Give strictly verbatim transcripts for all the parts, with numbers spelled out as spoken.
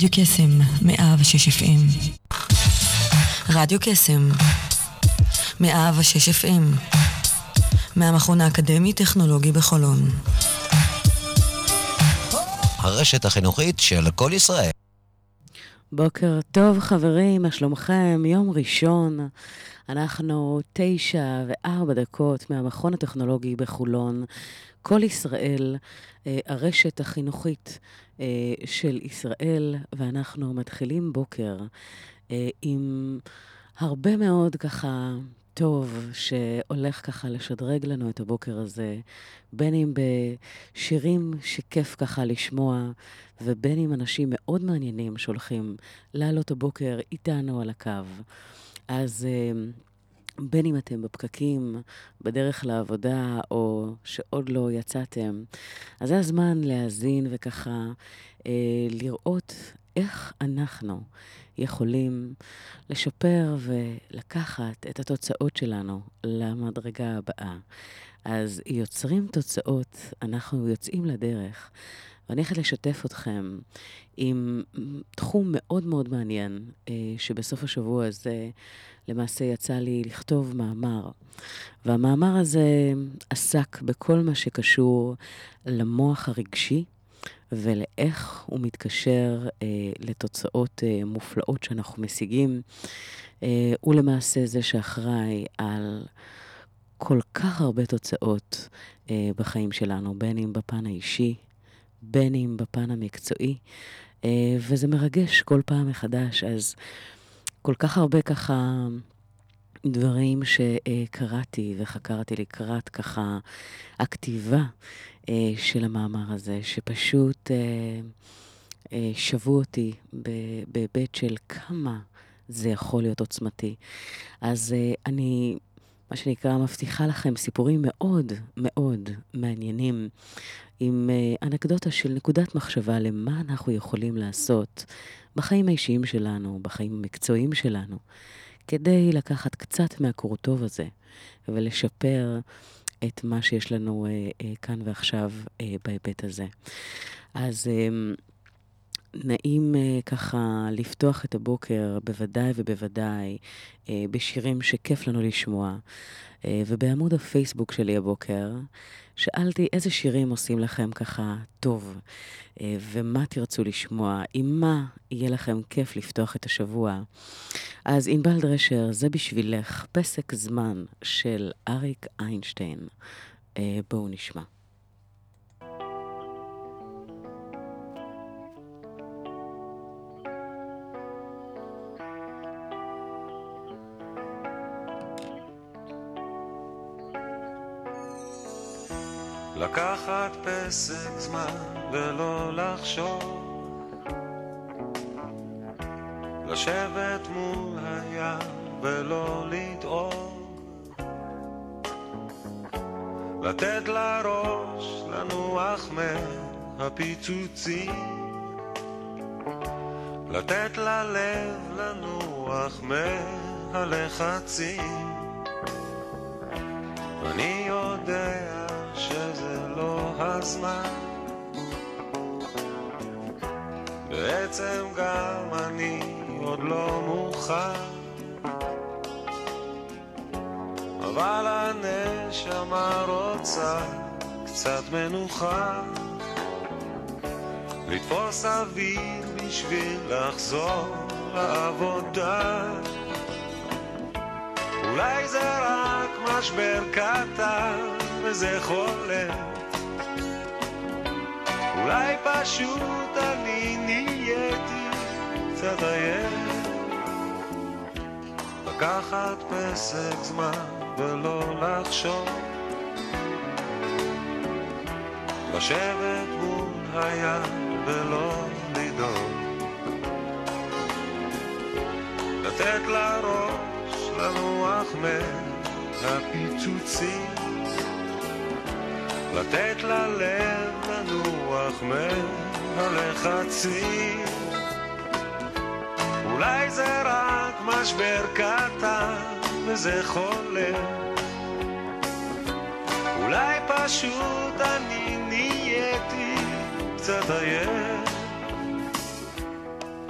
רדיו קסם, מאה ושש אף אם. רדיו קסם, מאה ושש אף אם. מהמכון האקדמי טכנולוגי בחולון. הרשת החינוכית של כל ישראל. בוקר טוב חברים, מה שלומכם? יום ראשון, אנחנו תשע וארבע דקות מהמכון הטכנולוגי בחולון. כל ישראל, הרשת החינוכית של ישראל, ואנחנו מתחילים בוקר עם הרבה מאוד ככה טוב שהולך ככה לשדרג לנו את הבוקר הזה, בין אם בשירים שכיף ככה לשמוע, ובין אם אנשים מאוד מעניינים שהולכים לעלות הבוקר איתנו על הקו. אז בין אם אתם בפקקים, בדרך לעבודה, או שעוד לא יצאתם, אז זה הזמן להאזין וככה אה, לראות איך אנחנו יכולים לשפר ולקחת את התוצאות שלנו למדרגה הבאה. אז יוצרים תוצאות, אנחנו יוצאים לדרך, ואני הולכת לשתף אתכם עם תחום מאוד מאוד מעניין, אה, שבסוף השבוע הזה למעשה יצא לי לכתוב מאמר. והמאמר הזה עסק בכל מה שקשור למוח הרגשי, ולאיך הוא מתקשר אה, לתוצאות אה, מופלאות שאנחנו משיגים. אה, הוא למעשה זה שאחראי על כל כך הרבה תוצאות אה, בחיים שלנו, בין אם בפן האישי, בין אם בפן המקצועי, אה, וזה מרגש כל פעם מחדש. אז כל כך הרבה ככה דברים שקראתי וחקרתי לקראת ככה הכתיבה אה, של המאמר הזה, שפשוט אה, אה, שבו אותי בהיבט של כמה זה יכול להיות עוצמתי. אז אה, אני, מה שנקרא, מבטיחה לכם סיפורים מאוד מאוד מעניינים, עם אה, אנקדוטה של נקודת מחשבה למה אנחנו יכולים לעשות בחיים האישיים שלנו, בחיים המקצועיים שלנו, כדי לקחת קצת מהקורטוב הזה ולשפר את מה שיש לנו אה, אה, כאן ועכשיו אה, בהיבט הזה. אז אה, נעים אה, ככה לפתוח את הבוקר בוודאי ובוודאי אה, בשירים שכיף לנו לשמוע. אה, ובעמוד הפייסבוק שלי הבוקר שאלתי איזה שירים עושים לכם ככה טוב, אה, ומה תרצו לשמוע, עם מה יהיה לכם כיף לפתוח את השבוע. אז ענבל דרשר, זה בשבילך, פסק זמן של אריק איינשטיין. אה, בואו נשמע. לקחת פסק זמן ולא לחשוב, לשבת מול הים ולא לדאוג, לתת לראש לנוח מהפיצוצים, לתת ללב לנוח מהלחצים. אני יודע שזה לא הזמן, בעצם גם אני עוד לא מוכן, אבל הנשמה רוצה קצת מנוחה, לתפוס אוויר בשביל לחזור לעבודה. אולי זה רק משבר קטן וזה חולם, אולי פשוט אני נהייתי קצת עייף. לקחת פסק זמן ולא לחשוב, לשבת מול הים ולא לדאוג, לתת לראש לנוח מהפיצוצים, לתת ללב לנוח מהלחצים. אולי זה רק משבר קטן וזה חולם, אולי פשוט אני נהייתי קצת עייף.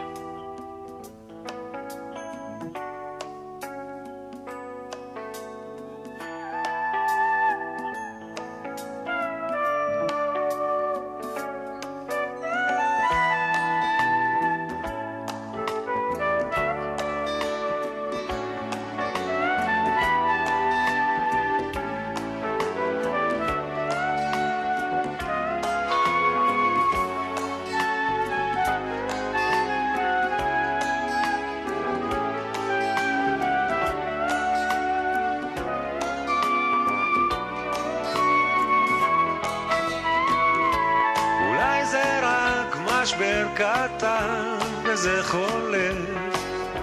משבר קטן וזה חולף,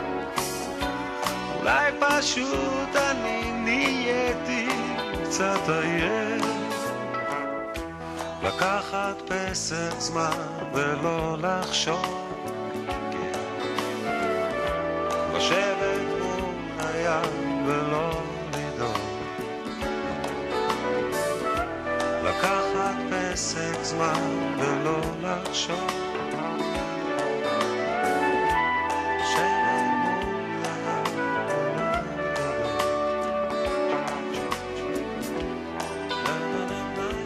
אולי פשוט אני נהייתי קצת עייף, לקחת פסק זמן ולא לחשוב, לשבת מול הים ולא לדאוג, לקחת פסק זמן ולא לחשוב, לשבת מול הים ולא לדאוג.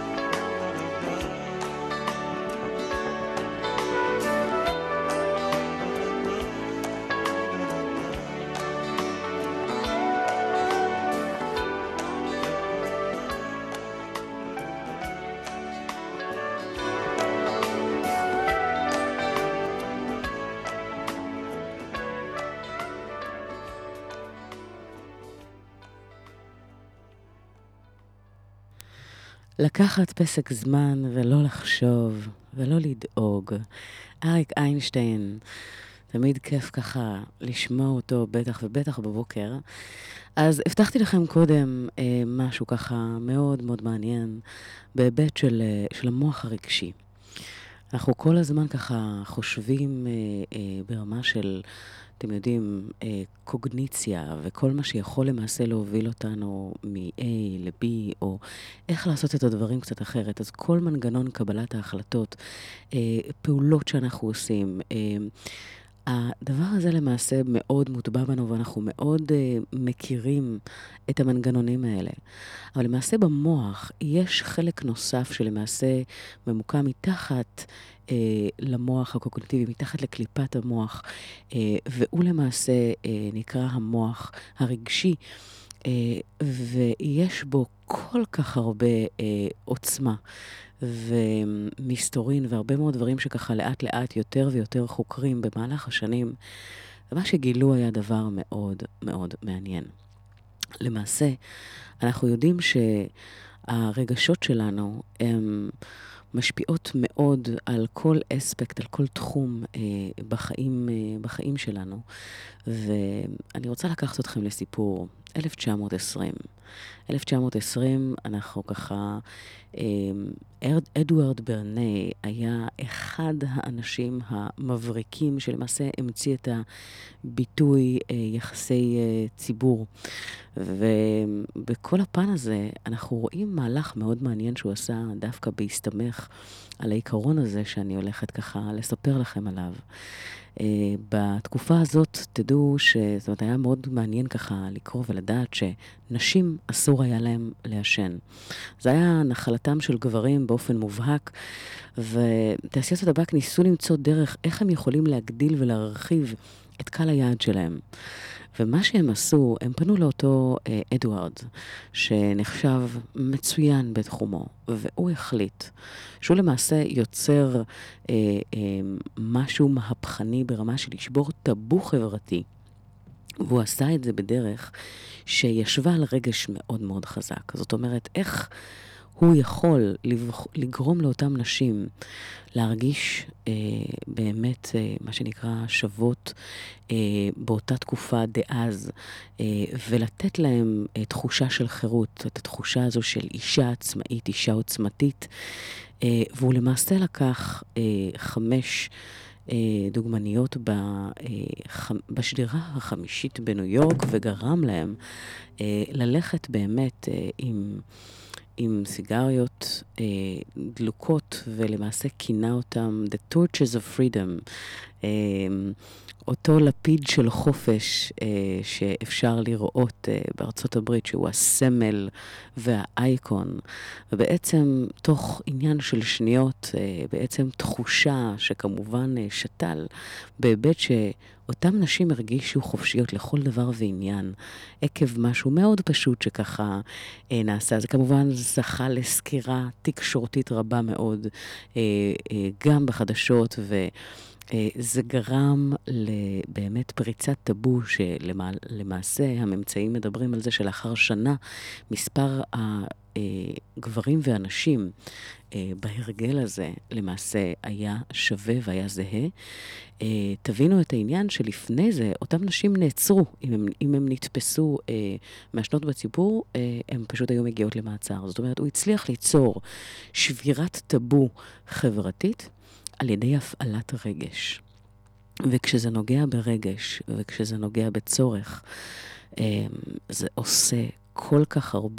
לקחת פסק זמן ולא לחשוב ולא לדאוג. אריק איינשטיין, תמיד כיף ככה לשמוע אותו, בטח ובטח בבוקר. אז הבטחתי לכם קודם אה, משהו ככה מאוד מאוד מעניין בהיבט של, אה, של המוח הרגשי. אנחנו כל הזמן ככה חושבים אה, אה, ברמה של, אתם יודעים, אה, קוגניציה וכל מה שיכול למעשה להוביל אותנו מ-A ל-B, או איך לעשות את הדברים קצת אחרת. אז כל מנגנון קבלת ההחלטות, אה, פעולות שאנחנו עושים, אה, הדבר הזה למעשה מאוד מוטבע בנו, ואנחנו מאוד uh, מכירים את המנגנונים האלה. אבל למעשה במוח יש חלק נוסף שלמעשה ממוקם מתחת uh, למוח הקוגניטיבי, מתחת לקליפת המוח, uh, והוא למעשה uh, נקרא המוח הרגשי, uh, ויש בו כל כך הרבה uh, עוצמה. ומסתורין והרבה מאוד דברים שככה לאט לאט יותר ויותר חוקרים במהלך השנים, ומה שגילו היה דבר מאוד מאוד מעניין. למעשה, אנחנו יודעים שהרגשות שלנו הם משפיעות מאוד על כל אספקט, על כל תחום אה, בחיים, אה, בחיים שלנו. ואני רוצה לקחת אתכם לסיפור אלף תשע מאות עשרים. אלף תשע מאות עשרים אנחנו ככה, אה, אדוארד ברני היה אחד האנשים המבריקים שלמעשה המציא את הביטוי אה, יחסי אה, ציבור. ובכל הפן הזה אנחנו רואים מהלך מאוד מעניין שהוא עשה דווקא בהסתמך על העיקרון הזה שאני הולכת ככה לספר לכם עליו. Uh, בתקופה הזאת תדעו שזאת אומרת, היה מאוד מעניין ככה לקרוא ולדעת שנשים אסור היה להם לעשן. זה היה נחלתם של גברים באופן מובהק, ותעשיות הטבק ניסו למצוא דרך איך הם יכולים להגדיל ולהרחיב את קהל היעד שלהם. ומה שהם עשו, הם פנו לאותו אה, אדוארד, שנחשב מצוין בתחומו, והוא החליט שהוא למעשה יוצר אה, אה, משהו מהפכני ברמה של לשבור טאבו חברתי, והוא עשה את זה בדרך שישבה על רגש מאוד מאוד חזק. זאת אומרת, איך הוא יכול לגרום לאותם נשים להרגיש אה, באמת אה, מה שנקרא שוות אה, באותה תקופה דאז, אה, ולתת להם אה, תחושה של חירות, את התחושה הזו של אישה עצמאית, אישה עוצמתית, אה, והוא למעשה לקח אה, חמש אה, דוגמניות ב, אה, ח, בשדרה החמישית בניו יורק, וגרם להם אה, ללכת באמת אה, עם... עם סיגריות אה, דלוקות, ולמעשה כינה אותם The Torches of Freedom, אה, אותו לפיד של חופש אה, שאפשר לראות אה, בארצות הברית, שהוא הסמל והאייקון, ובעצם תוך עניין של שניות, אה, בעצם תחושה שכמובן אה, שתל, בהיבט שאותם נשים הרגישו חופשיות לכל דבר ועניין, עקב משהו מאוד פשוט שככה אה, נעשה. זה כמובן זכה לסקירה תקשורתית רבה מאוד, אה, אה, גם בחדשות ו... זה גרם לבאמת פריצת טאבו שלמעשה הממצאים מדברים על זה שלאחר שנה מספר הגברים ואנשים בהרגל הזה למעשה היה שווה והיה זהה. תבינו את העניין שלפני זה אותם נשים נעצרו, אם הם, אם הם נתפסו מהשנות בציבור, הם פשוט היו מגיעות למעצר. זאת אומרת, הוא הצליח ליצור שבירת טאבו חברתית על ידי הפעלת רגש. וכשזה נוגע ברגש, וכשזה נוגע בצורך, זה עושה כל כך הרבה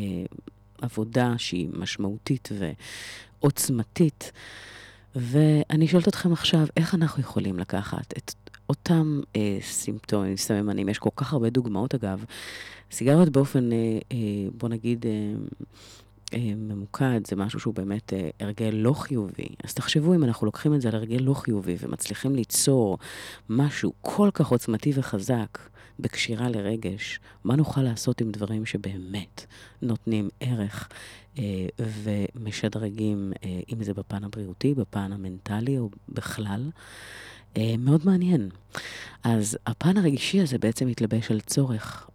עבודה שהיא משמעותית ועוצמתית. ואני שואלת אתכם עכשיו, איך אנחנו יכולים לקחת את אותם סימפטומים, סממנים? יש כל כך הרבה דוגמאות אגב. סיגריות באופן, בוא נגיד, ממוקד, זה משהו שהוא באמת הרגל לא חיובי. אז תחשבו אם אנחנו לוקחים את זה על הרגל לא חיובי ומצליחים ליצור משהו כל כך עוצמתי וחזק בקשירה לרגש, מה נוכל לעשות עם דברים שבאמת נותנים ערך אה, ומשדרגים, אה, אם זה בפן הבריאותי, בפן המנטלי או בכלל. אה, מאוד מעניין. אז הפן הרגישי הזה בעצם מתלבש על צורך,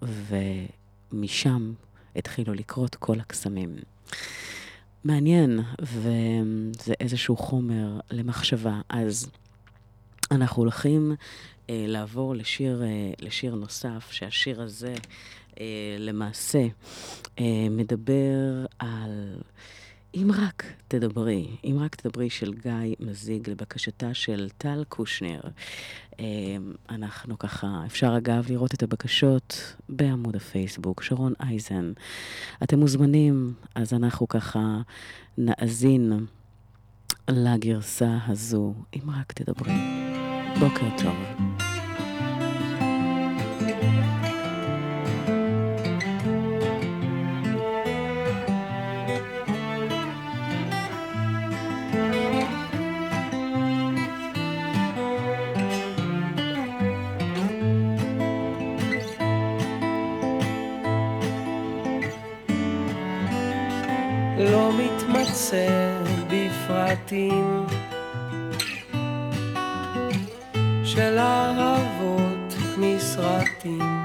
ומשם התחילו לקרות כל הקסמים. מעניין, וזה איזשהו חומר למחשבה. אז אנחנו הולכים אה, לעבור לשיר, אה, לשיר נוסף, שהשיר הזה אה, למעשה אה, מדבר על אם רק תדברי, אם רק תדברי של גיא מזיג לבקשתה של טל קושנר. אה, אנחנו ככה, אפשר אגב לראות את הבקשות בעמוד הפייסבוק, שרון אייזן. אתם מוזמנים, אז אנחנו ככה נאזין לגרסה הזו, אם רק תדברי. בוקר טוב. לא מתמצא בפרטים של אהבות מסרטים,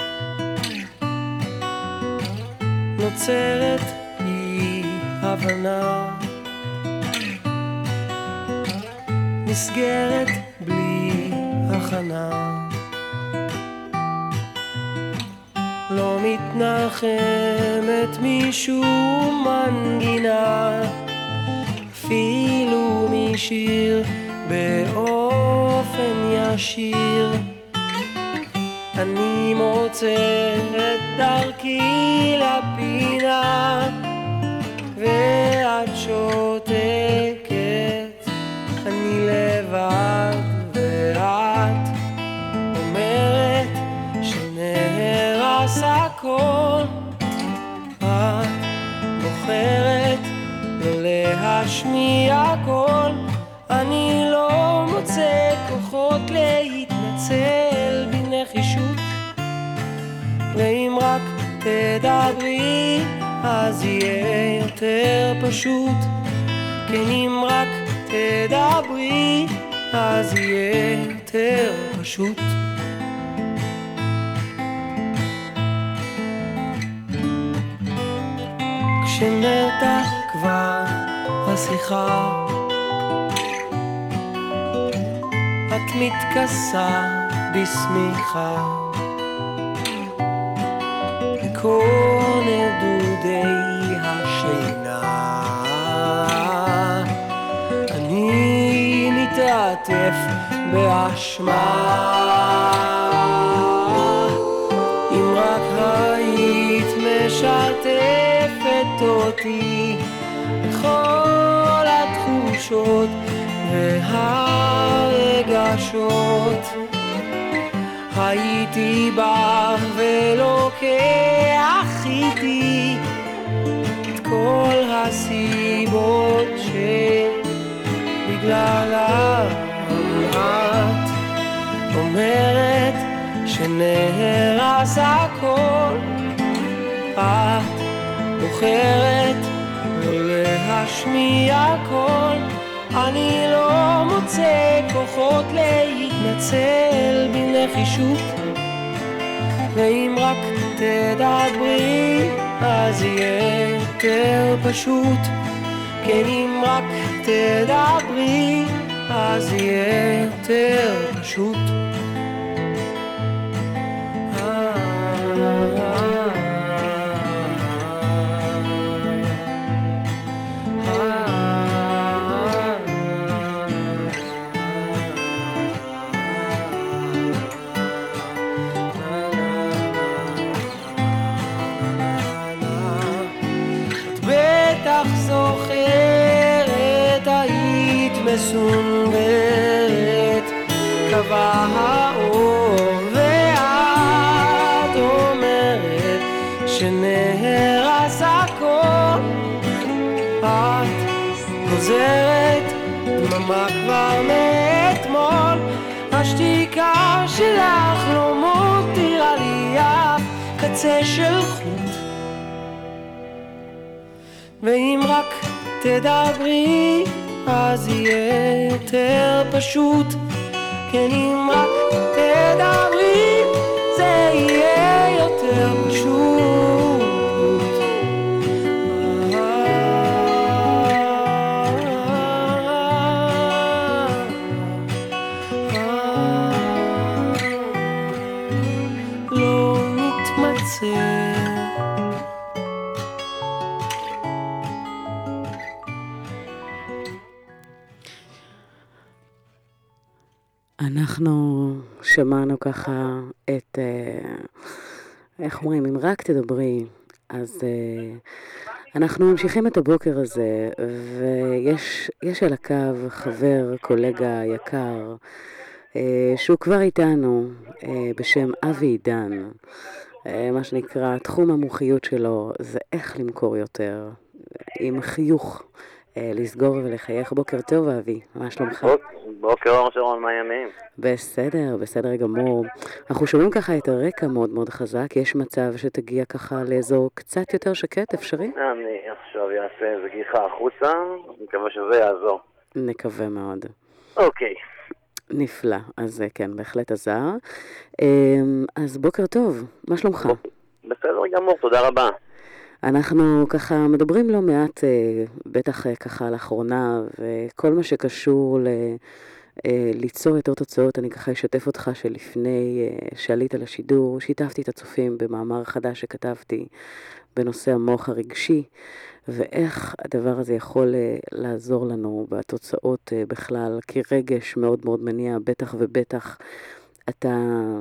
נוצרת אי הבנה, נסגרת בלי הכנה, לא מתנחמת משום מנגינה, אפילו משיר באופן ישיר. אני מוצא את דרכי לפינה, ואת שותקת, אני לבד, ואת אומרת שנהרס הכל. את בוחרת לא להשמיע קול, אני לא מוצא כוחות להתנצל בנחישות, ואם רק תדברי אז יהיה יותר פשוט. כן, אם רק תדברי אז יהיה יותר פשוט. כשמתה כבר השיחה, את מתכסה בשמיכה, כל נדודי השינה, אני מתעטף באשמה. אם רק היית משתפת אותי בכל התחושות והרגשות, הייתי בא ולוקח איתי את כל הסיבות שבגללם את אומרת שנהרס הכל. את בוחרת לא להשמיע קול, אני לא מוצא כוחות להתנצל בנחישות, ואם רק תדברי אז יהיה יותר פשוט. כן, אם רק תדברי אז יהיה יותר פשוט. מסונברת קבע האור, ואת אומרת שנהרס הכל. את חוזרת דממה כבר מאתמול, השתיקה שלך לא מותירה לי אף קצה של חוט. ואם רק תדברי אז יהיה יותר פשוט. כן, אם רק תדברי זה יהיה יותר פשוט. לא מתמצא. אנחנו שמענו ככה את, איך אומרים, אם רק תדברי, אז אנחנו ממשיכים את הבוקר הזה, ויש יש על הקו חבר, קולגה יקר, שהוא כבר איתנו, בשם אבי עידן. מה שנקרא, תחום המומחיות שלו זה איך למכור יותר, עם חיוך. לסגור ולחייך. בוקר טוב אבי, מה שלומך? בוקר אור שרון, מה ימים? בסדר, בסדר גמור. אנחנו שומעים ככה את הרקע מאוד מאוד חזק, יש מצב שתגיע ככה לאזור קצת יותר שקט, אפשרי? אני עכשיו אעשה איזה גיחה החוצה, אני מקווה שזה יעזור. נקווה מאוד. אוקיי. נפלא, אז כן, בהחלט עזר. אז בוקר טוב, מה שלומך? בסדר גמור, תודה רבה. אנחנו ככה מדברים לא מעט, בטח ככה לאחרונה, וכל מה שקשור ל, ליצור יותר תוצאות, אני ככה אשתף אותך שלפני שעלית לשידור, שיתפתי את הצופים במאמר חדש שכתבתי בנושא המוח הרגשי, ואיך הדבר הזה יכול לעזור לנו בתוצאות בכלל, כי רגש מאוד מאוד מניע, בטח ובטח, אתה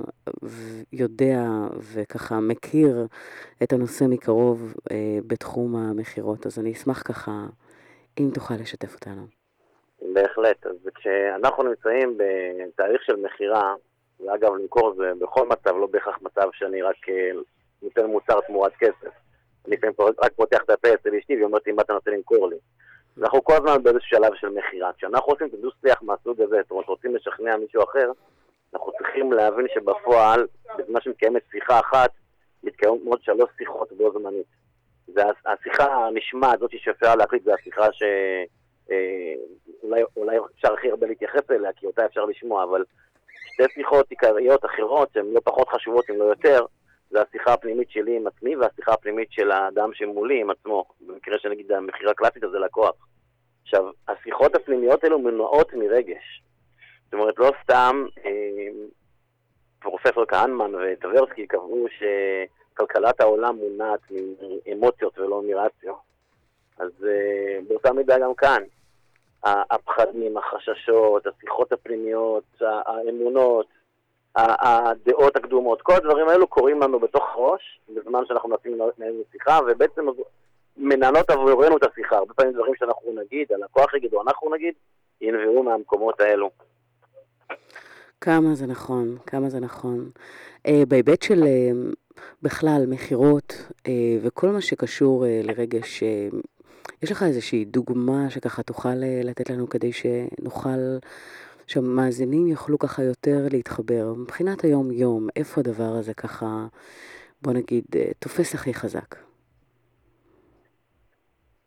יודע וככה מכיר את הנושא מקרוב אה, בתחום המחירות, אז אני אשמח ככה אם תוכל לשתף אותנו. בהחלט, אז כשאנחנו נמצאים בתהליך של מחירה, ואגב למכור זה בכל מצב, לא בהכרח מצב שאני רק נותן מוצר תמורת כסף. אני רק פותח את הפה אצל אשתי ואומרת לי מה אתה נותן למכור לי. אנחנו כל הזמן באיזשהו שלב של מחירה. כשאנחנו עושים את דו-שיח מהסוג הזה, זאת אומרת רוצים לשכנע מישהו אחר, אנחנו צריכים להבין שבפועל, בזמן שמתקיימת שיחה אחת, מתקיימת עוד שלוש שיחות בו זמנית. והשיחה הנשמעת, הזאת שאפשר להקליט, זה השיחה שאולי אפשר הכי הרבה להתייחס אליה, כי אותה אפשר לשמוע, אבל שתי שיחות עיקריות אחרות, שהן לא פחות חשובות, אם לא יותר, זה השיחה הפנימית שלי עם עצמי, והשיחה הפנימית של האדם שמולי עם עצמו. במקרה שנגיד המחירה הקלאסית הזה לקוח. עכשיו, השיחות הפנימיות האלו מנועות מרגש. זאת אומרת, לא סתם אה, פרופסור כהנמן וטברסקי קבעו שכלכלת העולם מונעת מאמוציות ולא מרציו. אז אה, באותה מידה גם כאן, הפחדים, החששות, השיחות הפנימיות, האמונות, הדעות הקדומות, כל הדברים האלו קוראים לנו בתוך ראש, בזמן שאנחנו מנסים לנהל שיחה, ובעצם מנהלות עבורנו את השיחה. הרבה פעמים דברים שאנחנו נגיד, הלקוח יגיד או אנחנו נגיד, ינבעו מהמקומות האלו. כמה זה נכון, כמה זה נכון. אה, בהיבט של אה, בכלל מחירות אה, וכל מה שקשור אה, לרגש, אה, יש לך איזושהי דוגמה שככה תוכל אה, לתת לנו כדי שנוכל, שהמאזינים יוכלו ככה יותר להתחבר. מבחינת היום יום, איפה הדבר הזה ככה, בוא נגיד, אה, תופס הכי חזק?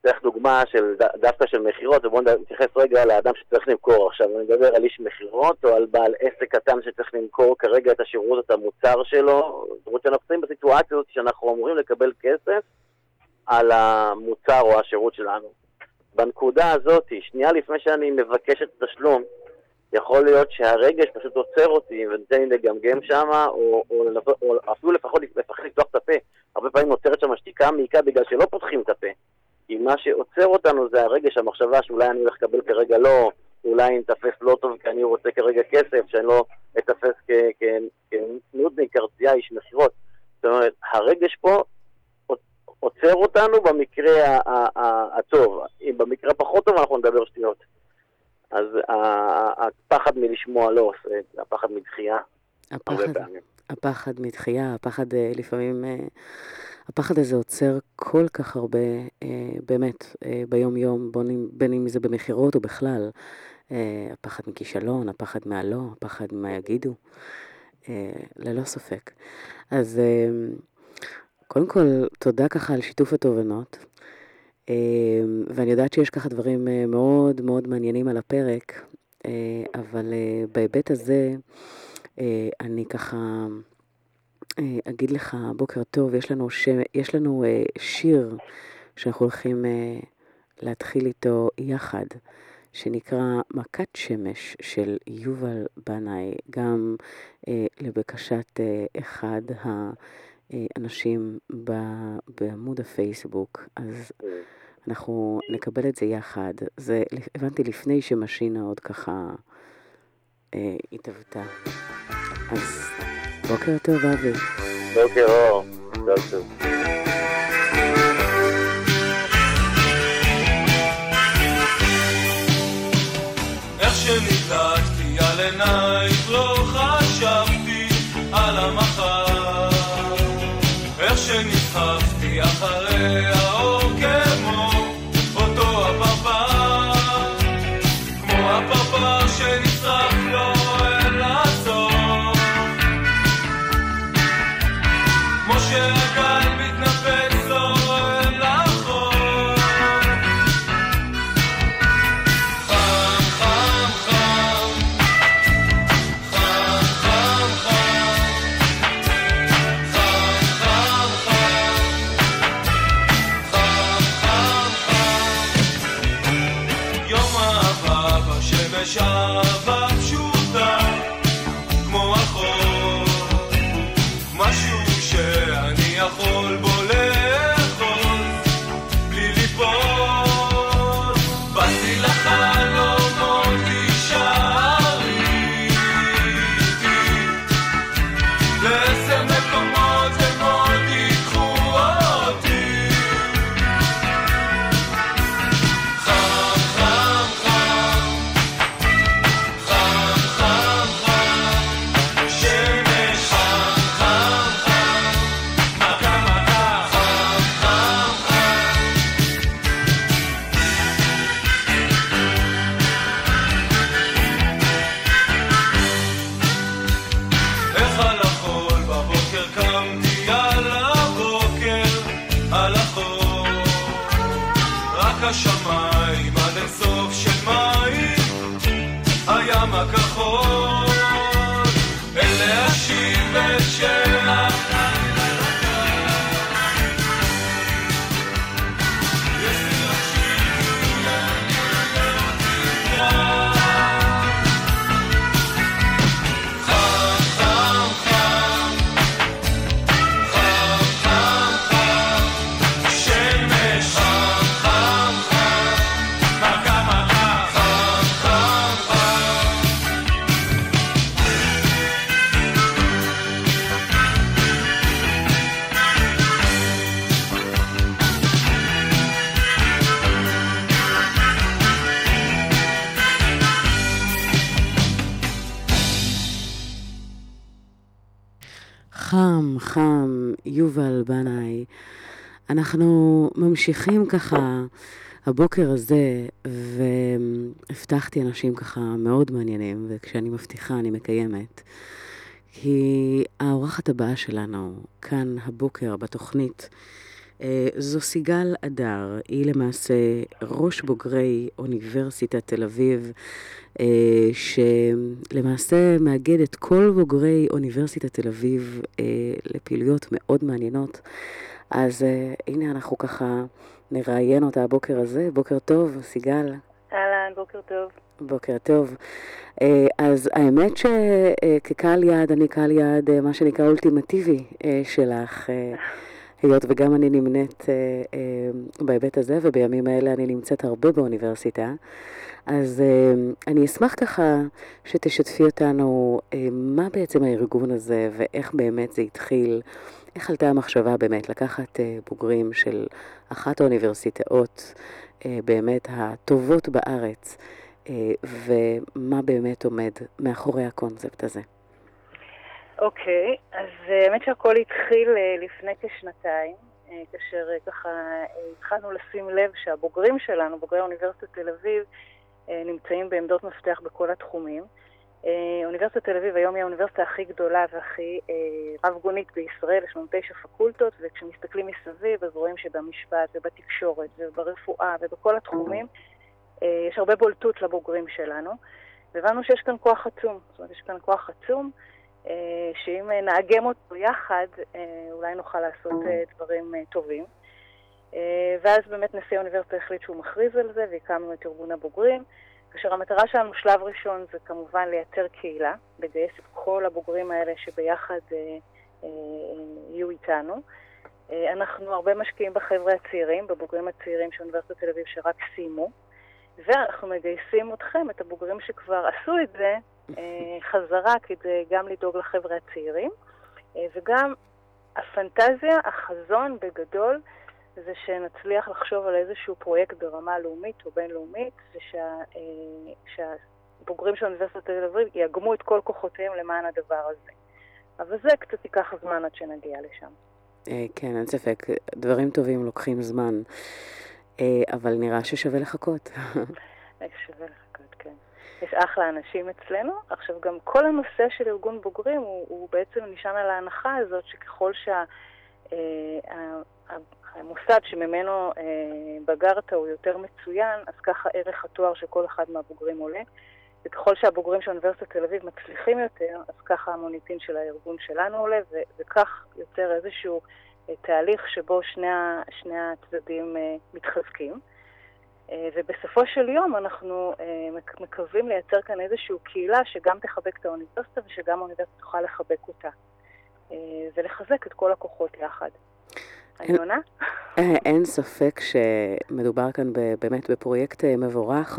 צריך דוגמה של דווקא של מחירות, ובואו נתייחס רגע לאדם שצריך למכור. עכשיו, אני מדבר על איש מחירות, או על בעל עסק קטן שצריך למכור כרגע את השירות, את המוצר שלו. זאת אומרת שאנחנו נמצאים בסיטואציה הזאת שאנחנו אמורים לקבל כסף על המוצר או השירות שלנו. בנקודה הזאת, שנייה לפני שאני מבקש את התשלום, יכול להיות שהרגש פשוט עוצר אותי ונתן לי לגמגם שם, או, או, או אפילו לפחות לפחות לפתוח את הפה. הרבה פעמים נוצרת שם שתיקה מעיקה בגלל שלא פותחים את הפה. כי מה שעוצר אותנו זה הרגש, המחשבה שאולי אני הולך לקבל כרגע לא, אולי אני אתפס לא טוב כי אני רוצה כרגע כסף, שאני לא אתפס כנודניק, קרצייה, איש מחירות. זאת אומרת, הרגש פה עוצר אותנו במקרה הטוב. אם במקרה פחות טוב אנחנו נדבר שטויות. אז הפחד מלשמוע לא עושה, הפחד מדחייה. הפחד, הפחד מדחייה, הפחד לפעמים, הפחד הזה עוצר כל כך הרבה, באמת, ביום יום, בין אם זה במחירות או בכלל. הפחד מכישלון, הפחד מהלא, הפחד מה יגידו, ללא ספק. אז קודם כל, תודה ככה על שיתוף התובנות. ואני יודעת שיש ככה דברים מאוד מאוד מעניינים על הפרק, אבל בהיבט הזה אני ככה אגיד לך בוקר טוב. יש לנו, ש... יש לנו שיר שאנחנו הולכים להתחיל איתו יחד, שנקרא מכת שמש של יובל בנאי, גם לבקשת אחד האנשים בעמוד הפייסבוק. אז אנחנו נקבל את זה יחד. זה הבנתי לפני שמשינה עוד ככה אה, התאבטה. אז בוקר טוב אבי. בוקר אור. טוב טוב. איך שניתקתי על עינייך לא חשבתי על המחר, איך שנסחפתי אחרי האור כמו אותו הפרפר, כמו הפרפר שנשרף לו אל הסוף, כמו שהגל מתנפץ לו אל החור, חם חם חם, חם חם חם, שעבה פשוטה כמו החור, משהו שאני יכול בו לאכול בלי ליפול. באתי לחלומות תישארי איתי, לאיזה מקומות הם עוד ייקחו אותי. חם חם חם, השמיים עד אינסוף של מים, הים הכחול, אלה השיבת שלך. חם, חם, יובל בנאי. אנחנו ממשיכים ככה הבוקר הזה, והבטחתי אנשים ככה מאוד מעניינים, וכשאני מבטיחה אני מקיימת. כי האורחת הבאה שלנו כאן הבוקר בתוכנית זו סיגל אדר, היא למעשה ראש בוגרי אוניברסיטת תל אביב, שלמעשה מאגד את כל בוגרי אוניברסיטת תל אביב לפעילויות מאוד מעניינות. אז הנה אנחנו ככה נראיין אותה הבוקר הזה. בוקר טוב, סיגל. אהלן, בוקר טוב. בוקר טוב. אז האמת שכקהל יעד, אני קהל יעד, מה שנקרא אולטימטיבי שלך, היות וגם אני נמנית בהיבט הזה, ובימים האלה אני נמצאת הרבה באוניברסיטה. אז אני אשמח ככה שתשתפי אותנו מה בעצם הארגון הזה, ואיך באמת זה התחיל, איך עלתה המחשבה באמת לקחת בוגרים של אחת האוניברסיטאות באמת הטובות בארץ, ומה באמת עומד מאחורי הקונספט הזה. אוקיי, okay, אז האמת שהכל התחיל לפני כשנתיים, כאשר ככה התחלנו לשים לב שהבוגרים שלנו, בוגרי אוניברסיטת תל אביב, נמצאים בעמדות מפתח בכל התחומים. אוניברסיטת תל אביב היום היא האוניברסיטה הכי גדולה והכי רב גונית בישראל, יש לנו תשע פקולטות, וכשמסתכלים מסביב אז רואים שבמשפט ובתקשורת וברפואה ובכל התחומים יש הרבה בולטות לבוגרים שלנו, והבנו שיש כאן כוח עצום, זאת אומרת יש כאן כוח עצום, שאם נאגם אותו יחד אולי נוכל לעשות דברים טובים. ואז באמת נשיא האוניברסיטה החליט שהוא מכריז על זה, והקמנו את ארגון הבוגרים, כאשר המטרה שלנו שלב ראשון זה כמובן לייצר קהילה, לגייס את כל הבוגרים האלה שביחד אה, אה, יהיו איתנו. אה, אנחנו הרבה משקיעים בחבר'ה הצעירים, בבוגרים הצעירים של אוניברסיטת תל אביב שרק סיימו, ואנחנו מגייסים אתכם, את הבוגרים שכבר עשו את זה, אה, חזרה כדי גם לדאוג לחבר'ה הצעירים, אה, וגם הפנטזיה, החזון בגדול, זה שנצליח לחשוב על איזשהו פרויקט ברמה לאומית או בינלאומית, זה שה, שהבוגרים של אוניברסיטת תל אביב יאגמו את כל כוחותיהם למען הדבר הזה. אבל זה קצת ייקח זמן עד שנגיע לשם. כן, אין ספק. דברים טובים לוקחים זמן, אבל נראה ששווה לחכות. שווה לחכות, כן. יש אחלה אנשים אצלנו. עכשיו גם כל הנושא של ארגון בוגרים הוא, הוא בעצם נשען על ההנחה הזאת שככל שה... המוסד שממנו אה, בגרת הוא יותר מצוין, אז ככה ערך התואר של כל אחד מהבוגרים עולה, וככל שהבוגרים של אוניברסיטת תל אביב מצליחים יותר, אז ככה המוניטין של הארגון שלנו עולה, ו- וכך יוצר איזשהו אה, תהליך שבו שני, ה- שני הצדדים אה, מתחזקים. אה, ובסופו של יום אנחנו אה, מקווים לייצר כאן איזשהו קהילה שגם תחבק את האוניברסיטה, ושגם האוניברסיטה תוכל לחבק אותה, אה, ולחזק את כל הכוחות יחד. אני עונה? אין ספק שמדובר כאן באמת בפרויקט מבורך,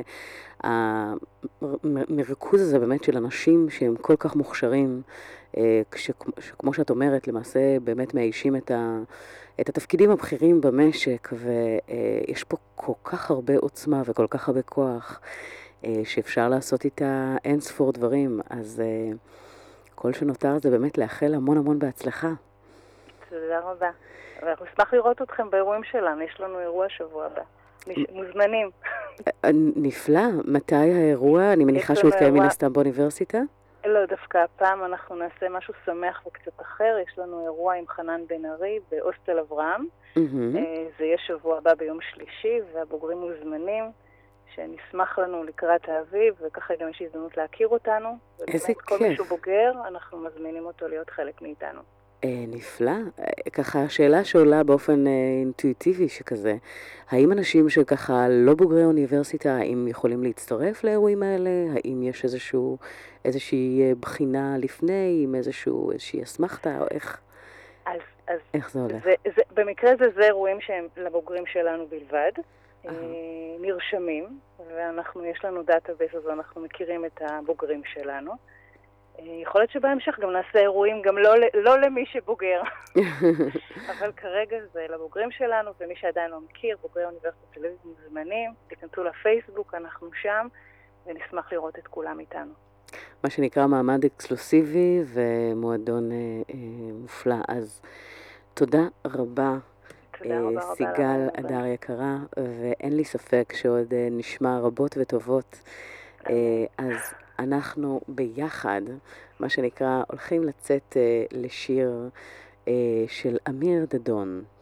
והמרכוז הזה באמת של אנשים שהם כל כך מוכשרים, שכמו שאת אומרת, למעשה באמת מאיישים את, ה, את התפקידים הבכירים במשק, ויש פה כל כך הרבה עוצמה וכל כך הרבה כוח, שאפשר לעשות איתה אין ספור דברים, אז כל שנותר זה באמת לאחל המון המון בהצלחה. תודה רבה. ואנחנו נשמח לראות אתכם באירועים שלנו, יש לנו אירוע שבוע הבא. מוזמנים. נפלא. מתי האירוע? אני מניחה שהוא יתקיים מן הסתם באוניברסיטה? לא, דווקא הפעם אנחנו נעשה משהו שמח וקצת אחר. יש לנו אירוע עם חנן בן ארי בהוסטל אברהם. זה יהיה שבוע הבא ביום שלישי, והבוגרים מוזמנים, שנשמח לנו לקראת האביב, וככה גם יש הזדמנות להכיר אותנו. איזה כיף. כל מי שהוא בוגר, אנחנו מזמינים אותו להיות חלק מאיתנו. נפלא. ככה השאלה שעולה באופן אינטואיטיבי שכזה, האם אנשים שככה לא בוגרי אוניברסיטה, האם יכולים להצטרף לאירועים האלה? האם יש איזשהו, איזושהי בחינה לפני, עם איזשהו, איזושהי אסמכתה, או איך, אז, אז איך זה הולך? זה, זה, במקרה זה זה אירועים שהם לבוגרים שלנו בלבד, אה. נרשמים, ואנחנו, יש לנו דאטאבייס, אז אנחנו מכירים את הבוגרים שלנו. יכול להיות שבהמשך גם נעשה אירועים גם לא, לא למי שבוגר, אבל כרגע זה לבוגרים שלנו, ומי שעדיין לא מכיר, בוגרי אוניברסיטת תל אביב מוזמנים, תיכנסו לפייסבוק, אנחנו שם, ונשמח לראות את כולם איתנו. מה שנקרא מעמד אקסקלוסיבי ומועדון אה, אה, מופלא. אז תודה רבה, תודה רבה, אה, סיגל אדר יקרה, ואין לי ספק שעוד אה, נשמע רבות וטובות. אה, אז אנחנו ביחד, מה שנקרא, הולכים לצאת אה, לשיר אה, של אמיר דדון,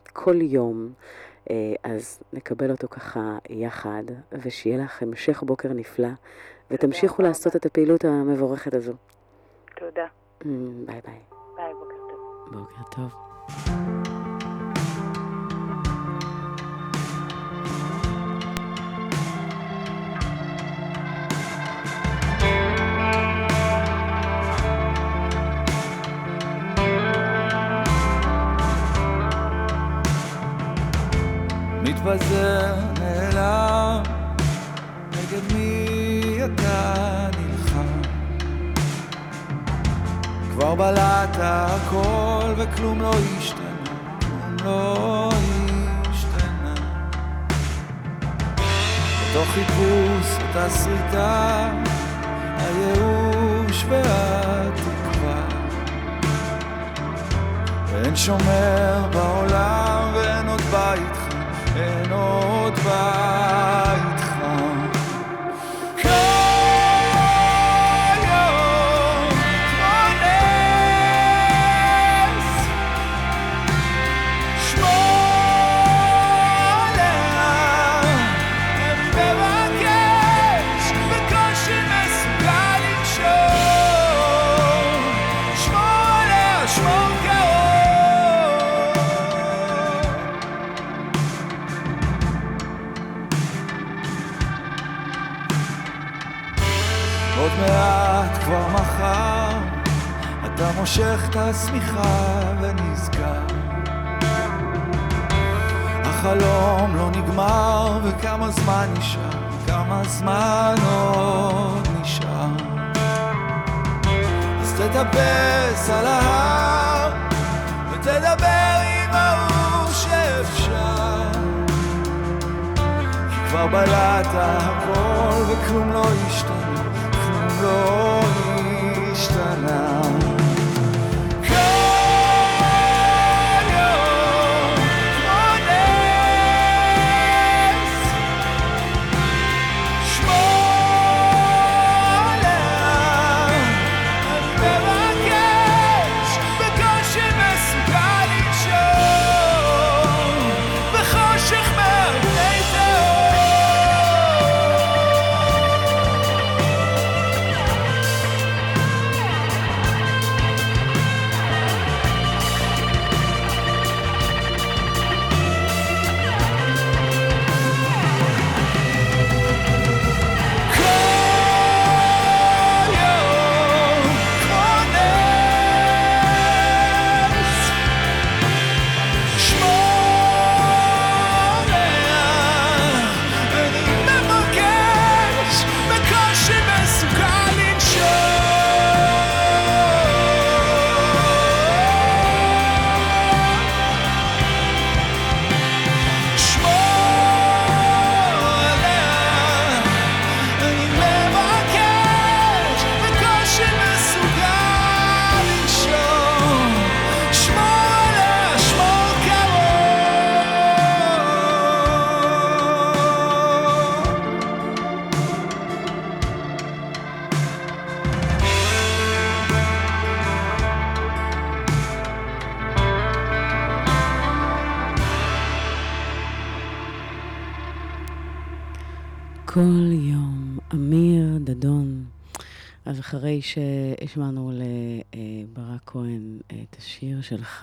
כל יום, אז נקבל אותו ככה יחד, ושיהיה לך המשך בוקר נפלא, ותמשיכו לעשות את הפעילות המבורכת הזו. תודה. ביי ביי. ביי, בוקר טוב. בוקר טוב. מתפזר נעלם, נגד מי אתה נלחם? כבר בלעת הכל וכלום לא השתנה, כלום לא השתנה. אותו חיפוש, אותה שריטה, הייאוש והתקווה. ואין שומר בעולם ואין עוד בית חם, אין עוד בית חם. עוד מעט כבר מחר אתה מושך את השמיכה ונזכר, החלום לא נגמר וכמה זמן נשאר, כמה זמן עוד נשאר. אז תטפס על ההר ותדבר עם ההוא שאפשר, כי כבר בלעת הכל וכלום לא השתנה, לא השתנה. כל יום, אמיר דדון. אז אחרי שהשמענו לברק כהן את השיר שלך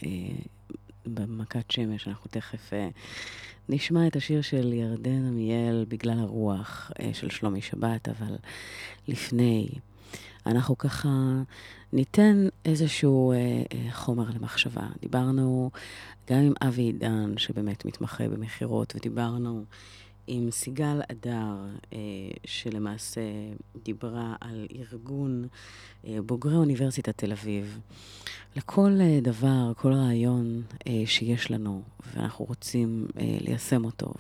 במכת שמש, אנחנו תכף נשמע את השיר של ירדן עמיאל בגלל הרוח של שלומי שבת, אבל לפני אנחנו ככה ניתן איזשהו חומר למחשבה. דיברנו גם עם אבי עידן שבאמת מתמחה במחירות, ודיברנו עם סיגל אדר, שלמעשה דיברה על ארגון בוגרי אוניברסיטת תל אביב. לכל דבר, כל רעיון שיש לנו, ואנחנו רוצים ליישם אותו,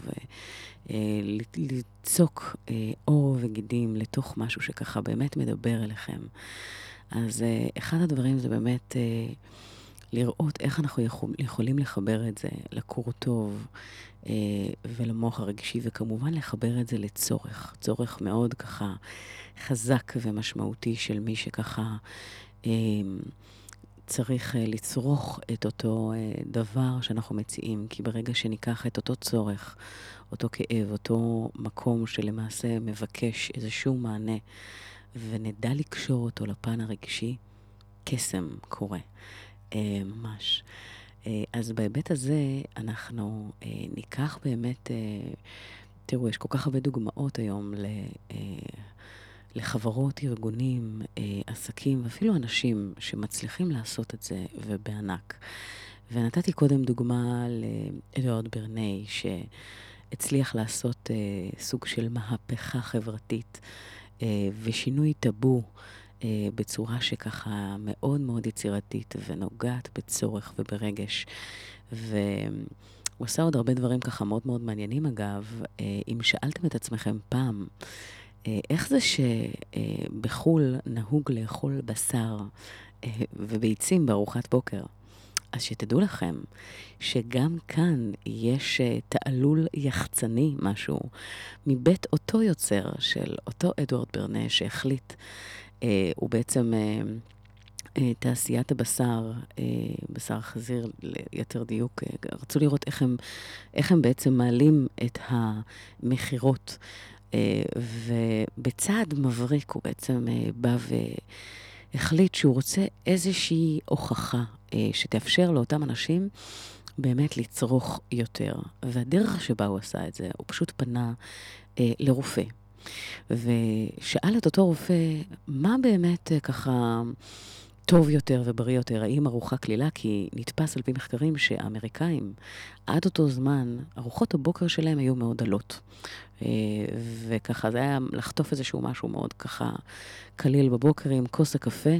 וליצוק אור וגידים לתוך משהו שככה באמת מדבר אליכם. אז אחד הדברים זה באמת לראות איך אנחנו יכולים לחבר את זה לקור טוב, ולמוח הרגשי, וכמובן לחבר את זה לצורך, צורך מאוד ככה חזק ומשמעותי של מי שככה צריך לצרוך את אותו דבר שאנחנו מציעים, כי ברגע שניקח את אותו צורך, אותו כאב, אותו מקום שלמעשה מבקש איזשהו מענה, ונדע לקשור אותו לפן הרגשי, קסם קורה, ממש. אז בהיבט הזה אנחנו ניקח באמת, תראו, יש כל כך הרבה דוגמאות היום ל... לחברות, ארגונים, עסקים, ואפילו אנשים שמצליחים לעשות את זה ובענק. ונתתי קודם דוגמה לאדוארד ברני, שהצליח לעשות סוג של מהפכה חברתית ושינוי טאבו בצורה שככה מאוד מאוד יצירתית ונוגעת בצורך וברגש. והוא עושה עוד הרבה דברים ככה מאוד מאוד מעניינים אגב. אם שאלתם את עצמכם פעם, איך זה שבחול נהוג לאכול בשר וביצים בארוחת בוקר? אז שתדעו לכם שגם כאן יש תעלול יחצני משהו מבית אותו יוצר של אותו אדוארד ברנה שהחליט, הוא בעצם תעשיית הבשר, בשר חזיר ליתר דיוק, רצו לראות איך הם, איך הם בעצם מעלים את המחירות, ובצעד מבריק הוא בעצם בא והחליט שהוא רוצה איזושהי הוכחה שתאפשר לאותם אנשים באמת לצרוך יותר. והדרך שבה הוא עשה את זה, הוא פשוט פנה לרופא. ושאל את אותו רופא, מה באמת ככה טוב יותר ובריא יותר, האם ארוחה כלילה? כי נתפס על פי מחקרים שהאמריקאים, עד אותו זמן, ארוחות הבוקר שלהם היו מאוד דלות. וככה זה היה לחטוף איזשהו משהו מאוד ככה קליל בבוקר עם כוס הקפה,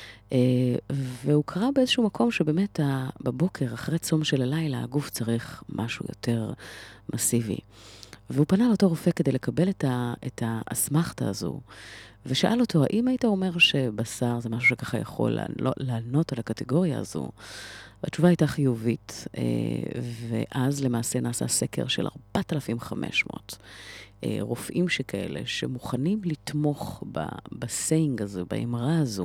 והוא קרא באיזשהו מקום שבאמת בבוקר, אחרי צום של הלילה, הגוף צריך משהו יותר מסיבי. והוא פנה לאותו רופא כדי לקבל את, ה, את האסמכתה הזו, ושאל אותו, האם היית אומר שבשר זה משהו שככה יכול לענות על הקטגוריה הזו? והתשובה הייתה חיובית, ואז למעשה נעשה סקר של ארבעת אלפים וחמש מאות רופאים שכאלה, שמוכנים לתמוך בסיינג הזה, באמרה הזו,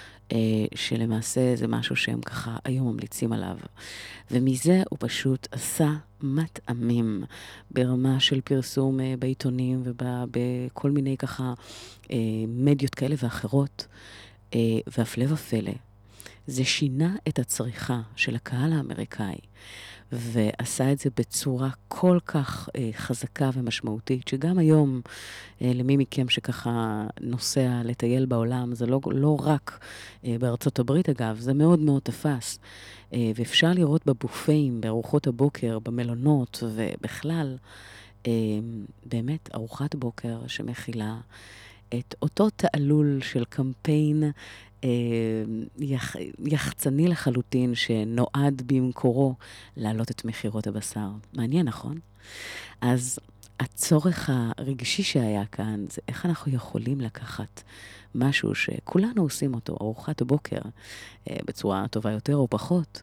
שלמעשה זה משהו שהם ככה היום ממליצים עליו. ומזה הוא פשוט עשה מטעמים ברמה של פרסום בעיתונים ובכל מיני ככה מדיות כאלה ואחרות, והפלא ופלא. זה שינה את הצריכה של הקהל האמריקאי, ועשה את זה בצורה כל כך אה, חזקה ומשמעותית, שגם היום, אה, למי מכם שככה נוסע לטייל בעולם, זה לא, לא רק אה, בארצות הברית אגב, זה מאוד מאוד תפס. אה, ואפשר לראות בבופאים, בארוחות הבוקר, במלונות, ובכלל, אה, באמת ארוחת בוקר שמכילה את אותו תעלול של קמפיין יח, יחצני לחלוטין שנועד במקורו להעלות את מחירות הבשר. מעניין, נכון? אז הצורך הרגשי שהיה כאן זה איך אנחנו יכולים לקחת משהו שכולנו עושים אותו, ארוחת בוקר, בצורה טובה יותר או פחות,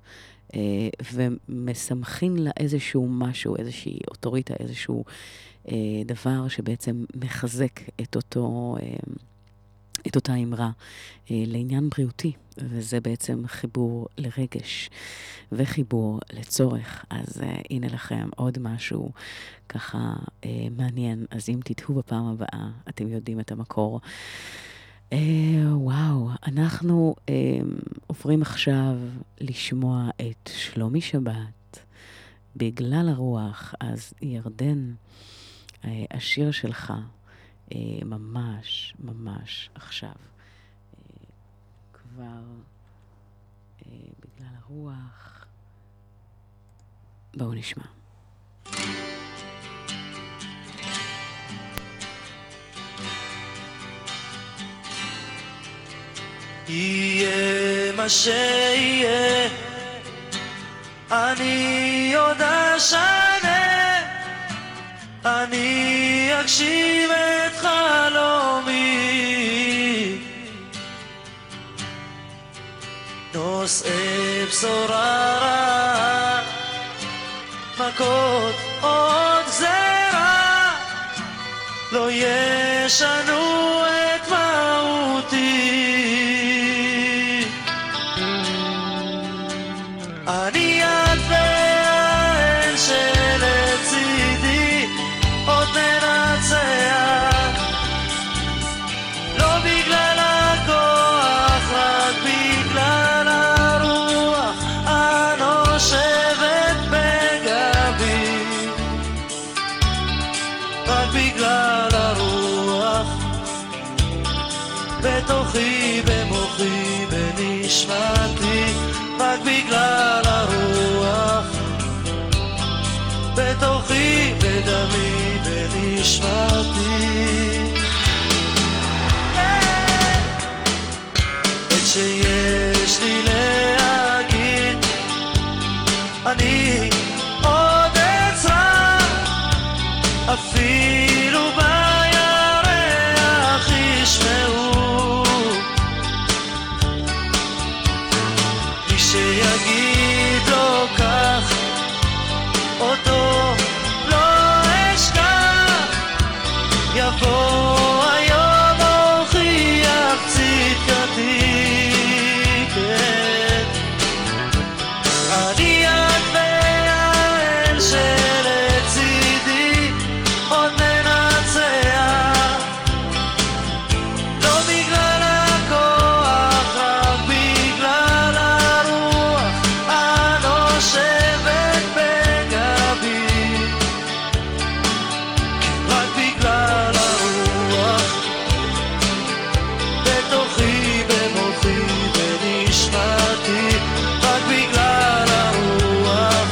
ומסמכים לה איזשהו משהו, איזושהי אוטוריטה, איזשהו דבר שבעצם מחזק את אותו את אותה אמרה לעניין בריאותי, וזה בעצם חיבור לרגש וחיבור לצורך. אז הנה לכם עוד משהו ככה מעניין. אז אם תתהו בפעם הבאה, אתם יודעים את המקור. וואו, אנחנו עוברים עכשיו לשמוע את שלומי שבת, בגלל הרוח. אז ירדן, השיר שלך, ממש, ממש עכשיו. כבר בגלל הרוח. בואו נשמע. יהיה מה שיהיה, אני עוד אשנה, אני אגשים את חלומי, נושאי בשורה רעה, מכות עוד גזרה, לא ישנו את מהותי. בתוכי, במוחי, בנשמתי, רק בגלל הרוח. בתוכי, בדמי, בנשמתי. את שיש לי להגיד, אני עוד אצרה, אפילו בירח ישמעו. מי שיגיד לו כך, אותו לא אשכח. יבוא היום הוכיח צדקתי, כן. אני את והאל שלצידי עוד ננצח, לא בגלל הכוח, רק בגלל הרוח הנושבת בגבי. רק בגלל הרוח, בתוכי, במוחי, בנשמתי. רק בגלל הרוח,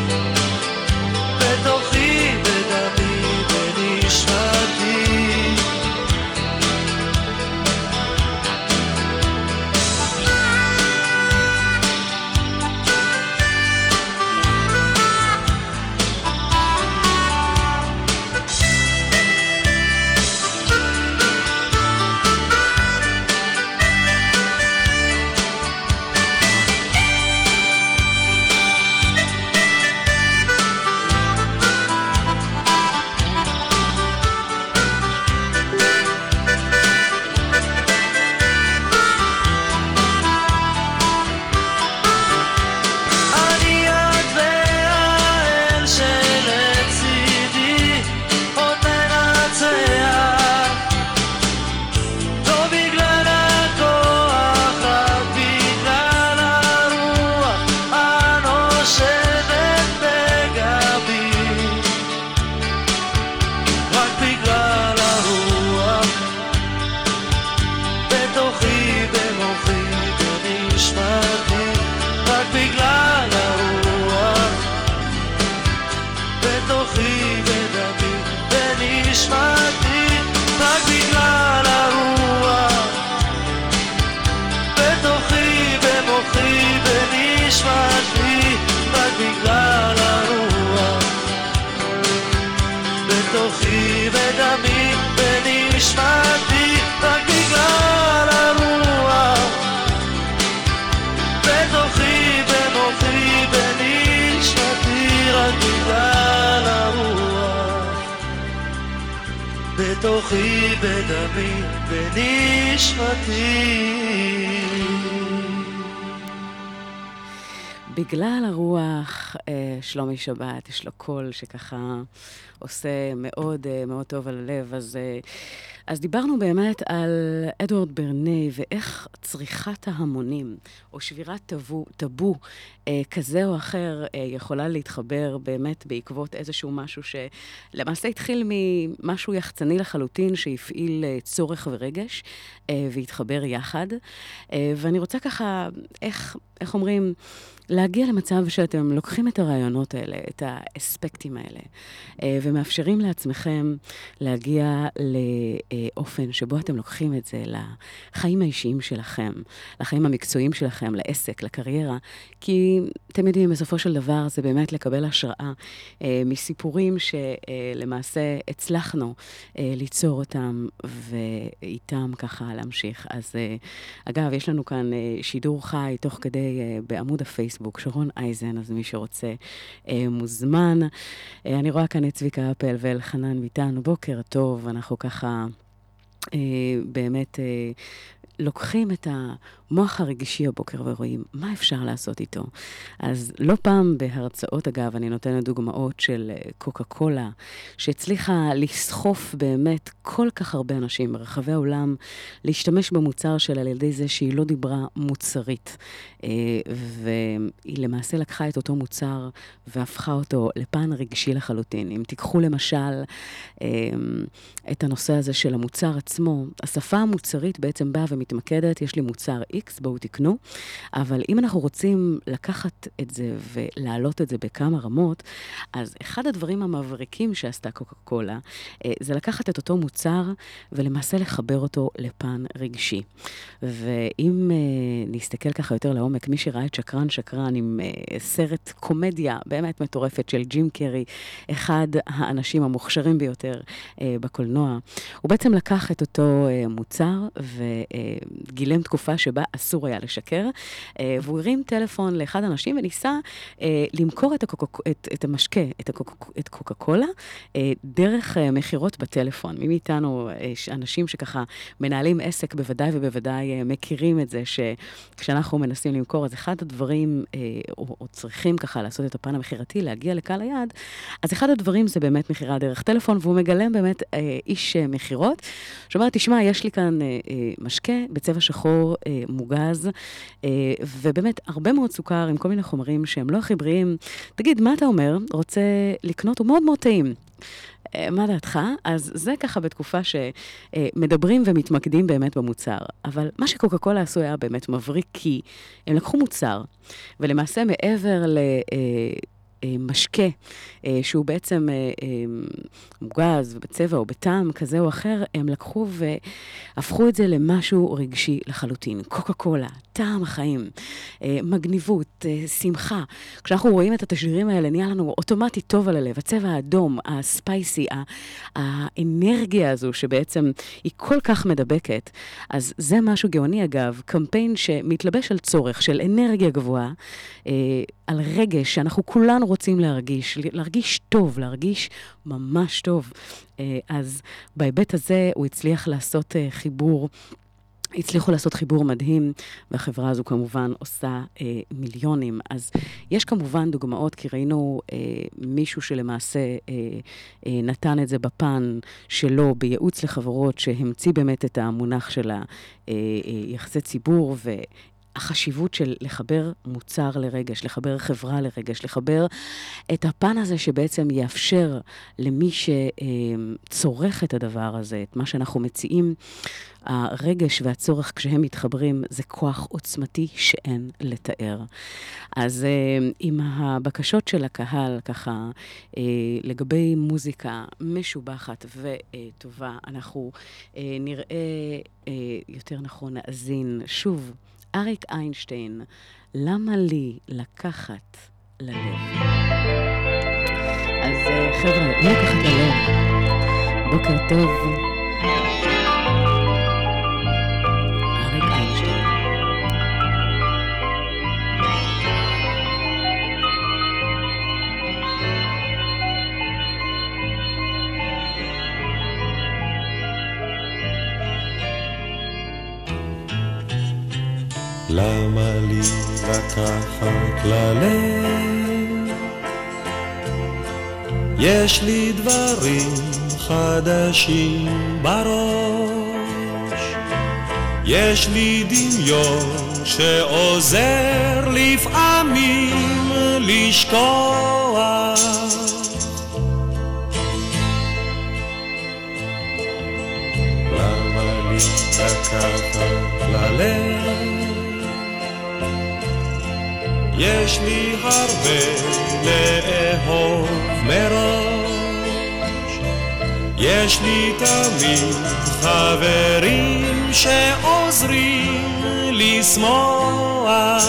בתוכי, בדמי, בנשמתי. אני את והאל שלצידי עוד ננצח, לא בגלל הכוח, רק בגלל הרוח הנושבת בגבי. רק בגלל הרוח, בתוכי, במוחי, בנשמתי. רק בגלל הרוח, בתוכי, בדמי, בנשמתי. רק בגלל הרוח, בתוכי, במוחי, בנשמתי. רק בגלל הרוח, בתוכי, בדמי, בנשמתי. רק בגלל הרוח, בתוכי, במוחי, בנשמתי. רק בגלל הרוח, בתוכי, בדמי, בנשמתי. בגלל הרוח, אה, שלומי שבת, יש לו קול שככה עושה מאוד אה, מאוד טוב על הלב. אז, אה, אז דיברנו באמת על אדוארד ברני ואיך צריכת ההמונים או שבירת טבו, טבו אה, כזה או אחר אה, יכולה להתחבר באמת בעקבות איזשהו משהו שלמעשה התחיל ממשהו יחצני לחלוטין שהפעיל אה, צורך ורגש אה, והתחבר יחד. אה, ואני רוצה ככה, איך, איך אומרים, להגיע למצב שאתם לוקחים את הרעיונות האלה, את האספקטים האלה, ומאפשרים לעצמכם להגיע לאופן שבו אתם לוקחים את זה לחיים האישיים שלכם, לחיים המקצועיים שלכם, לעסק, לקריירה, כי אתם יודעים, בסופו של דבר זה באמת לקבל השראה מסיפורים שלמעשה הצלחנו ליצור אותם ואיתם ככה להמשיך. אז אגב, יש לנו כאן שידור חי תוך כדי בעמוד הפייסבוק, שרון אייזן, אז מי שרוצה אה, מוזמן. אה, אני רואה כאן את צביקה אפל ואלחנן ביטן, בוקר טוב, אנחנו ככה אה, באמת אה, לוקחים את מוח הרגשי הבוקר ורואים מה אפשר לעשות איתו. אז לא פעם בהרצאות, אגב, אני נותנת דוגמאות של קוקה קולה, שהצליחה לסחוף באמת כל כך הרבה אנשים ברחבי העולם, להשתמש במוצר שלה על ידי זה שהיא לא דיברה מוצרית. והיא למעשה לקחה את אותו מוצר והפכה אותו לפן רגשי לחלוטין. אם תיקחו למשל את הנושא הזה של המוצר עצמו, השפה המוצרית בעצם באה ומתמקדת, יש לי מוצר X, בואו תקנו, אבל אם אנחנו רוצים לקחת את זה ולהעלות את זה בכמה רמות, אז אחד הדברים המבריקים שעשתה קוקה קולה, זה לקחת את אותו מוצר ולמעשה לחבר אותו לפן רגשי. ואם נסתכל ככה יותר לעומק, מי שראה את שקרן שקרן עם סרט קומדיה באמת מטורפת של ג'ים קרי, אחד האנשים המוכשרים ביותר בקולנוע, הוא בעצם לקח את אותו מוצר וגילם תקופה שבה אסור היה לשקר, והוא הרים טלפון לאחד האנשים וניסה למכור את, הקוק... את, את המשקה, את, הקוק... את קוקה קולה, דרך מחירות בטלפון. מי מאיתנו, אנשים שככה מנהלים עסק, בוודאי ובוודאי מכירים את זה, שכשאנחנו מנסים למכור, אז אחד הדברים, או, או צריכים ככה לעשות את הפן המחירתי, להגיע לקהל היעד, אז אחד הדברים זה באמת מחירה דרך טלפון, והוא מגלם באמת איש מחירות, שאומר, תשמע, יש לי כאן משקה בצבע שחור מוגז, ובאמת הרבה מאוד סוכר עם כל מיני חומרים שהם לא הכי בריאים. תגיד, מה אתה אומר? רוצה לקנות? הוא מאוד מאוד טעים. מה דעתך? אז זה ככה בתקופה שמדברים ומתמקדים באמת במוצר. אבל מה שקוקה קולה עשו היה באמת מבריק, כי הם לקחו מוצר, ולמעשה מעבר ל... משקה, שהוא בעצם מוגז ובצבע או בטעם כזה או אחר, הם לקחו והפכו את זה למשהו רגשי לחלוטין. קוקה קולה, טעם החיים, מגניבות, שמחה. כשאנחנו רואים את התשדירים האלה, נהיה לנו אוטומטית טוב על הלב. הצבע האדום, הספייסי, האנרגיה הזו שבעצם היא כל כך מדבקת. אז זה משהו גאוני אגב, קמפיין שמתלבש על צורך של אנרגיה גבוהה, על רגש שאנחנו כולנו רוצים להרגיש, להרגיש טוב, להרגיש ממש טוב. אז בהיבט הזה הוא הצליח לעשות חיבור, הצליחו לעשות חיבור מדהים, והחברה הזו כמובן עושה אה, מיליונים. אז יש כמובן דוגמאות, כי ראינו אה, מישהו שלמעשה אה, אה, נתן את זה בפן שלו, בייעוץ לחברות, שהמציא באמת את המונח של היחסי ציבור, ו... החשיבות של לחבר מוצר לרגש, לחבר חברה לרגש, לחבר את הפן הזה שבעצם יאפשר למי שצורך את הדבר הזה, את מה שאנחנו מציעים, הרגש והצורך כשהם מתחברים, זה כוח עוצמתי שאין לתאר. אז עם הבקשות של הקהל, ככה, לגבי מוזיקה משובחת וטובה, אנחנו נראה, יותר נכון, נאזין שוב, אריק איינשטיין, למה לי לקחת ללב? אז חבר'ה, לא לקחת ללב. בוקר טוב. אריק איינשטיין. למה לי לקחת ללב? יש לי דברים חדשים בראש, יש לי דמיון שעוזר לפעמים לשכוח. למה לי לקחת ללב? יש לי הרבה לאהוב מראש, יש לי תמיד חברים שעוזרים לשמוח.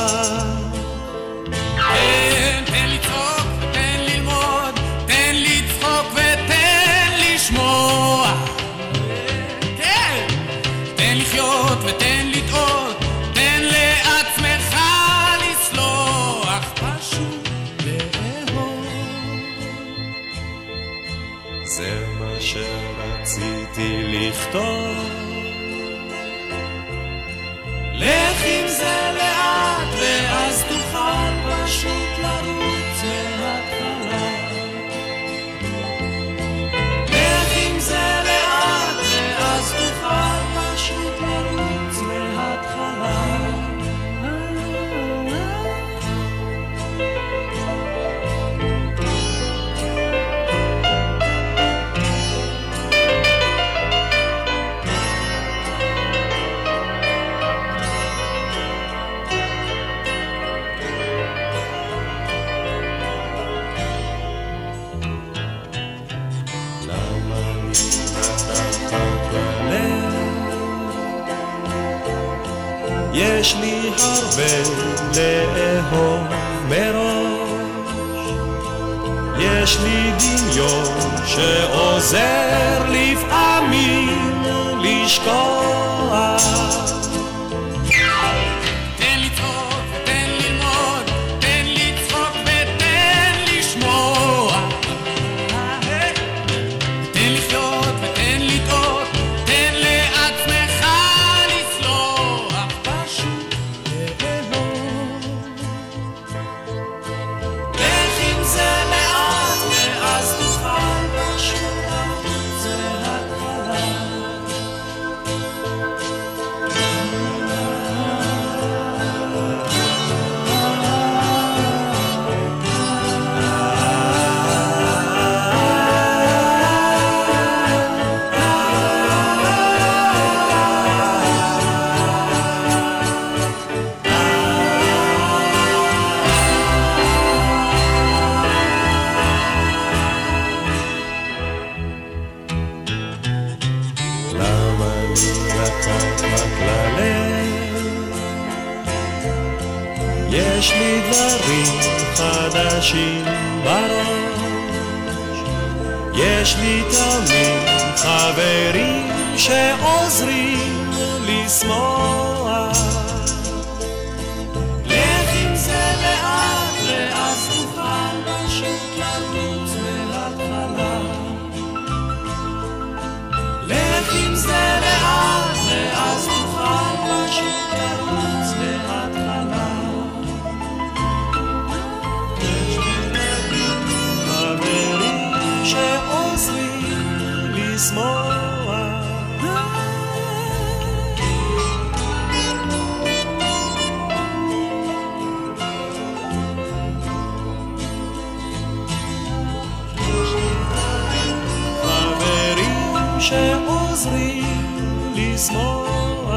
תן, תן לצחוק, תן ללמוד, תן לצחוק ותן לשמוע. כן, תן לחיות ותן לטעות, תן לעצמך לסלוח, פשוט לאהוב. זה מה שרציתי לכתוב, לך עם זה לאט ואז תוכל פשוט לרוץ מההתחלה. לך עם זה לאט ואז תוכל פשוט לרוץ מההתחלה. יש לי הרבה לאהוב מראש, יש לי דמיון שעוזר לפעמים לשכוח. תן לצחוק ותן ללמוד, תן לצחוק ותן לשמוע, תן לחיות ותן לטעות, תן לעצמך לסלוח, פשוט ליהנות. לך עם זה לאט ואז תוכל פשוט לרוץ מההתחלה. למה לי לקחת רק ללב? יש לי דברים חדשים בראש, יש לי תמיד חברים שעוזרים לשמוח. לך עם זה לאט ואז תוכל פשוט לרוץ מההתחלה. לך עם זה לאט ואז תוכל פשוט לרוץ מההתחלה. חברים שעוזרים לשמוח. חברים שעוזרים לשמוח.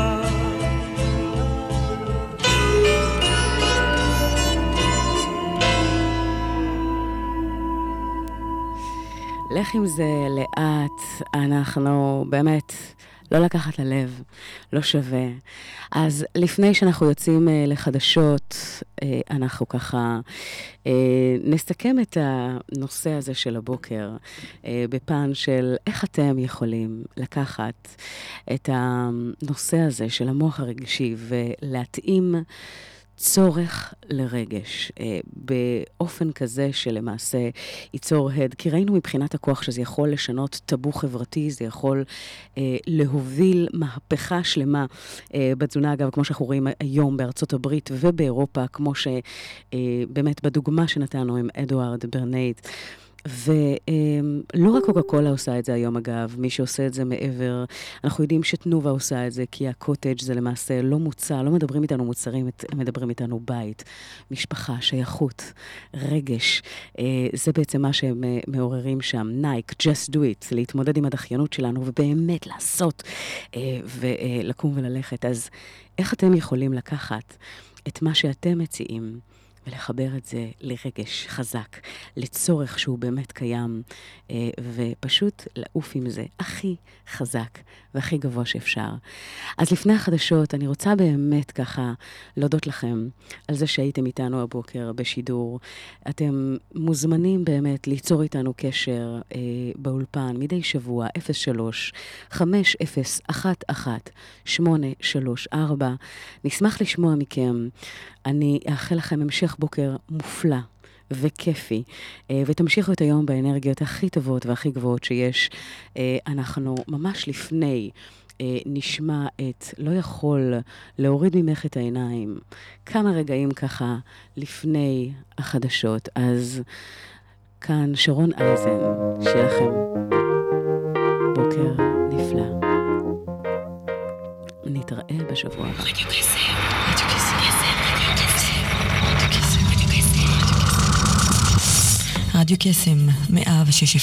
לך עם זה לאט, אנחנו באמת לא לקחת ללב, לא שווה. אז לפני שאנחנו יוצאים uh, לחדשות, uh, אנחנו ככה uh, נסכם את הנושא הזה של הבוקר uh, בפן של איך אתם יכולים לקחת את הנושא הזה של המוח הרגשי ולהתאים צורך לרגש, אה, באופן כזה שלמעשה ייצור הד, כי ראינו מבחינת הכוח שזה יכול לשנות טאבו חברתי, זה יכול אה, להוביל מהפכה שלמה אה, בתזונה, אגב, כמו שאנחנו רואים היום בארצות הברית ובאירופה, כמו שבאמת אה, בדוגמה שנתנו עם אדוארד ברנייט, ולא רק קוקה קולה עושה את זה היום, אגב, מי שעושה את זה מעבר, אנחנו יודעים שתנובה עושה את זה, כי הקוטג' זה למעשה לא מוצר, לא מדברים איתנו מוצרים, הם מדברים איתנו בית, משפחה, שייכות, רגש, זה בעצם מה שהם מעוררים שם, נייק, just do it, להתמודד עם הדחיינות שלנו, ובאמת לעשות, ולקום וללכת. אז איך אתם יכולים לקחת את מה שאתם מציעים, ולחבר את זה לרגש חזק, לצורך שהוא באמת קיים, ופשוט לעוף עם זה הכי חזק והכי גבוה שאפשר. אז לפני החדשות, אני רוצה באמת ככה להודות לכם על זה שהייתם איתנו הבוקר בשידור. אתם מוזמנים באמת ליצור איתנו קשר אה, באולפן מדי שבוע אפס שלוש חמש אפס אחת אחת שמונה שלוש ארבע. נשמח לשמוע מכם. אני אאחל לכם המשך בוקר מופלא וכיפי, ותמשיכו את היום באנרגיות הכי טובות והכי גבוהות שיש. אנחנו ממש לפני אה, נשמע את לא יכול להוריד ממך את העיניים. כמה רגעים ככה לפני החדשות. אז כאן שרון אייזן, שיהיה לכם בוקר נפלא. נתראה בשבוע הבא. רדיו קסם, מאה ושש